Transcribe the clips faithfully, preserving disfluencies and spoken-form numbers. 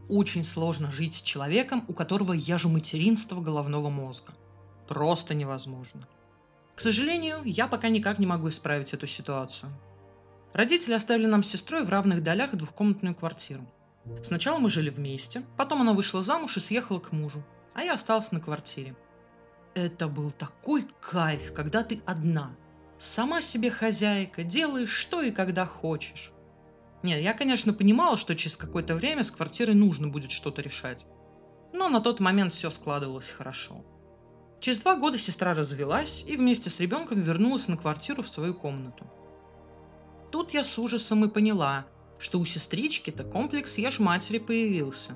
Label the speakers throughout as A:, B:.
A: очень сложно жить с человеком, у которого яжу материнство головного мозга. Просто невозможно. К сожалению, я пока никак не могу исправить эту ситуацию. Родители оставили нам с сестрой в равных долях двухкомнатную квартиру. Сначала мы жили вместе, потом она вышла замуж и съехала к мужу, а я осталась на квартире. Это был такой кайф, когда ты одна. Сама себе хозяйка, делаешь что и когда хочешь. Нет, я, конечно, понимала, что через какое-то время с квартирой нужно будет что-то решать. Но на тот момент все складывалось хорошо. Через два года сестра развелась и вместе с ребенком вернулась на квартиру в свою комнату. Тут я с ужасом и поняла, что у сестрички-то комплекс ешь-матери появился.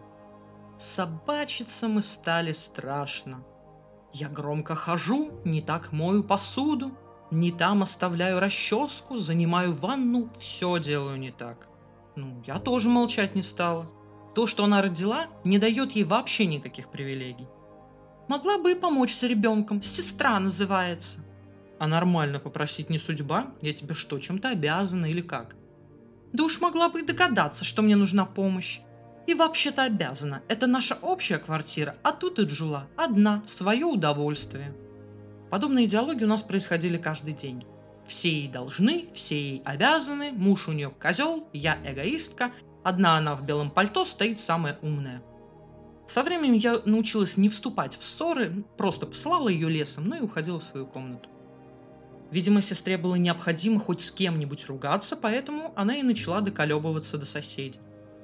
A: Собачиться мы стали страшно. Я громко хожу, не так мою посуду, не там оставляю расческу, занимаю ванну, все делаю не так. Ну, я тоже молчать не стала. То, что она родила, не дает ей вообще никаких привилегий. Могла бы и помочь с ребенком, сестра называется. А нормально попросить не судьба, я тебе что, чем-то обязана или как? Да уж могла бы и догадаться, что мне нужна помощь. И вообще-то обязана, это наша общая квартира, а тут и Джула, одна, в свое удовольствие. Подобные диалоги у нас происходили каждый день. Все ей должны, все ей обязаны, муж у нее козел, я эгоистка, одна она в белом пальто стоит самая умная. Со временем я научилась не вступать в ссоры, просто посылала ее лесом, ну и уходила в свою комнату. Видимо, сестре было необходимо хоть с кем-нибудь ругаться, поэтому она и начала доколебываться до соседей.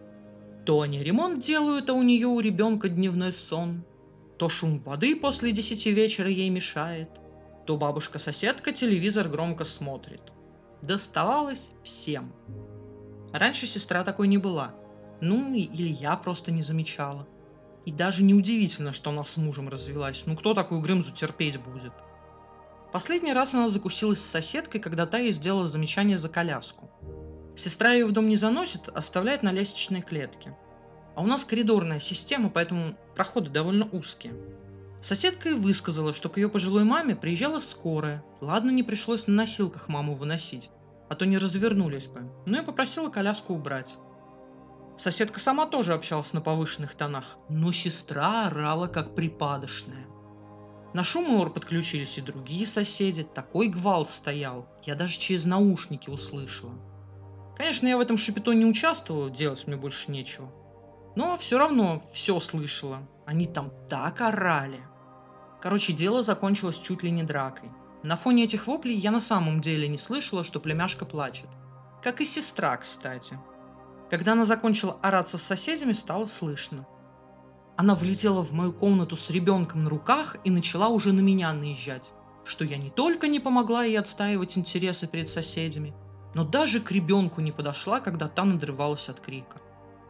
A: То они ремонт делают, а у нее у ребенка дневной сон, то шум воды после десяти вечера ей мешает, то бабушка-соседка телевизор громко смотрит. Доставалось всем. Раньше сестра такой не была, ну или я просто не замечала. И даже неудивительно, что она с мужем развелась, ну кто такую Грымзу терпеть будет? Последний раз она закусилась с соседкой, когда та ей сделала замечание за коляску. Сестра ее в дом не заносит, оставляет на лестничной клетке. А у нас коридорная система, поэтому проходы довольно узкие. Соседка и высказала, что к ее пожилой маме приезжала скорая. Ладно, не пришлось на носилках маму выносить, а то не развернулись бы. Ну и попросила коляску убрать. Соседка сама тоже общалась на повышенных тонах, но сестра орала как припадочная. На шум и ор подключились и другие соседи. Такой гвалт стоял, я даже через наушники услышала. Конечно, я в этом шапито не участвовала, делать мне больше нечего. Но все равно все слышала. Они там так орали. Короче, дело закончилось чуть ли не дракой. На фоне этих воплей я на самом деле не слышала, что племяшка плачет. Как и сестра, кстати. Когда она закончила ораться с соседями, стало слышно. Она влетела в мою комнату с ребенком на руках и начала уже на меня наезжать. Что я не только не помогла ей отстаивать интересы перед соседями, но даже к ребенку не подошла, когда та надрывалась от крика.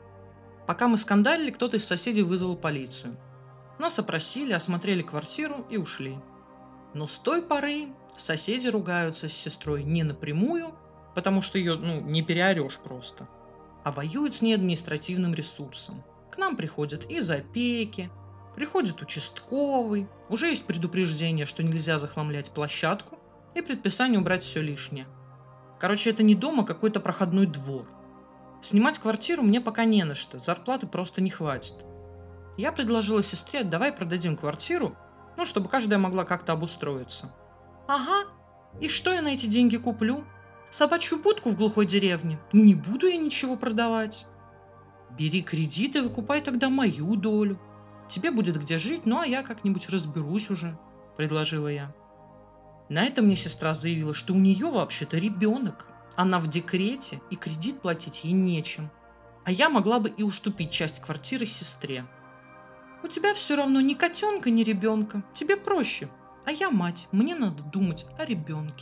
A: Пока мы скандалили, кто-то из соседей вызвал полицию. Нас опросили, осмотрели квартиру и ушли. Но с той поры соседи ругаются с сестрой не напрямую, потому что ее ну, не переорешь просто, а воюют с ней административным ресурсом. К нам приходят из опеки, приходит участковый, уже есть предупреждение, что нельзя захламлять площадку, и предписание убрать все лишнее. Короче, это не дом, а какой-то проходной двор. Снимать квартиру мне пока не на что, зарплаты просто не хватит. Я предложила сестре, давай продадим квартиру, ну, чтобы каждая могла как-то обустроиться. Ага, и что я на эти деньги куплю? Собачью будку в глухой деревне? Не буду я ничего продавать. Бери кредит и выкупай тогда мою долю. Тебе будет где жить, ну а я как-нибудь разберусь уже, предложила я. На это мне сестра заявила, что у нее вообще-то ребенок. Она в декрете, и кредит платить ей нечем. А я могла бы и уступить часть квартиры сестре. У тебя все равно ни котенка, ни ребенка. Тебе проще. А я мать, мне надо думать о ребенке.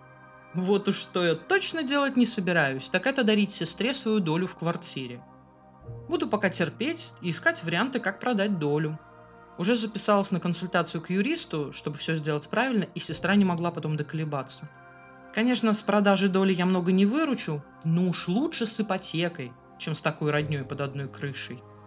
A: Вот уж что я точно делать не собираюсь, так это дарить сестре свою долю в квартире. Буду пока терпеть и искать варианты, как продать долю. Уже записалась на консультацию к юристу, чтобы все сделать правильно, и сестра не могла потом доколебаться. Конечно, с продажи доли я много не выручу, но уж лучше с ипотекой, чем с такой родней под одной крышей.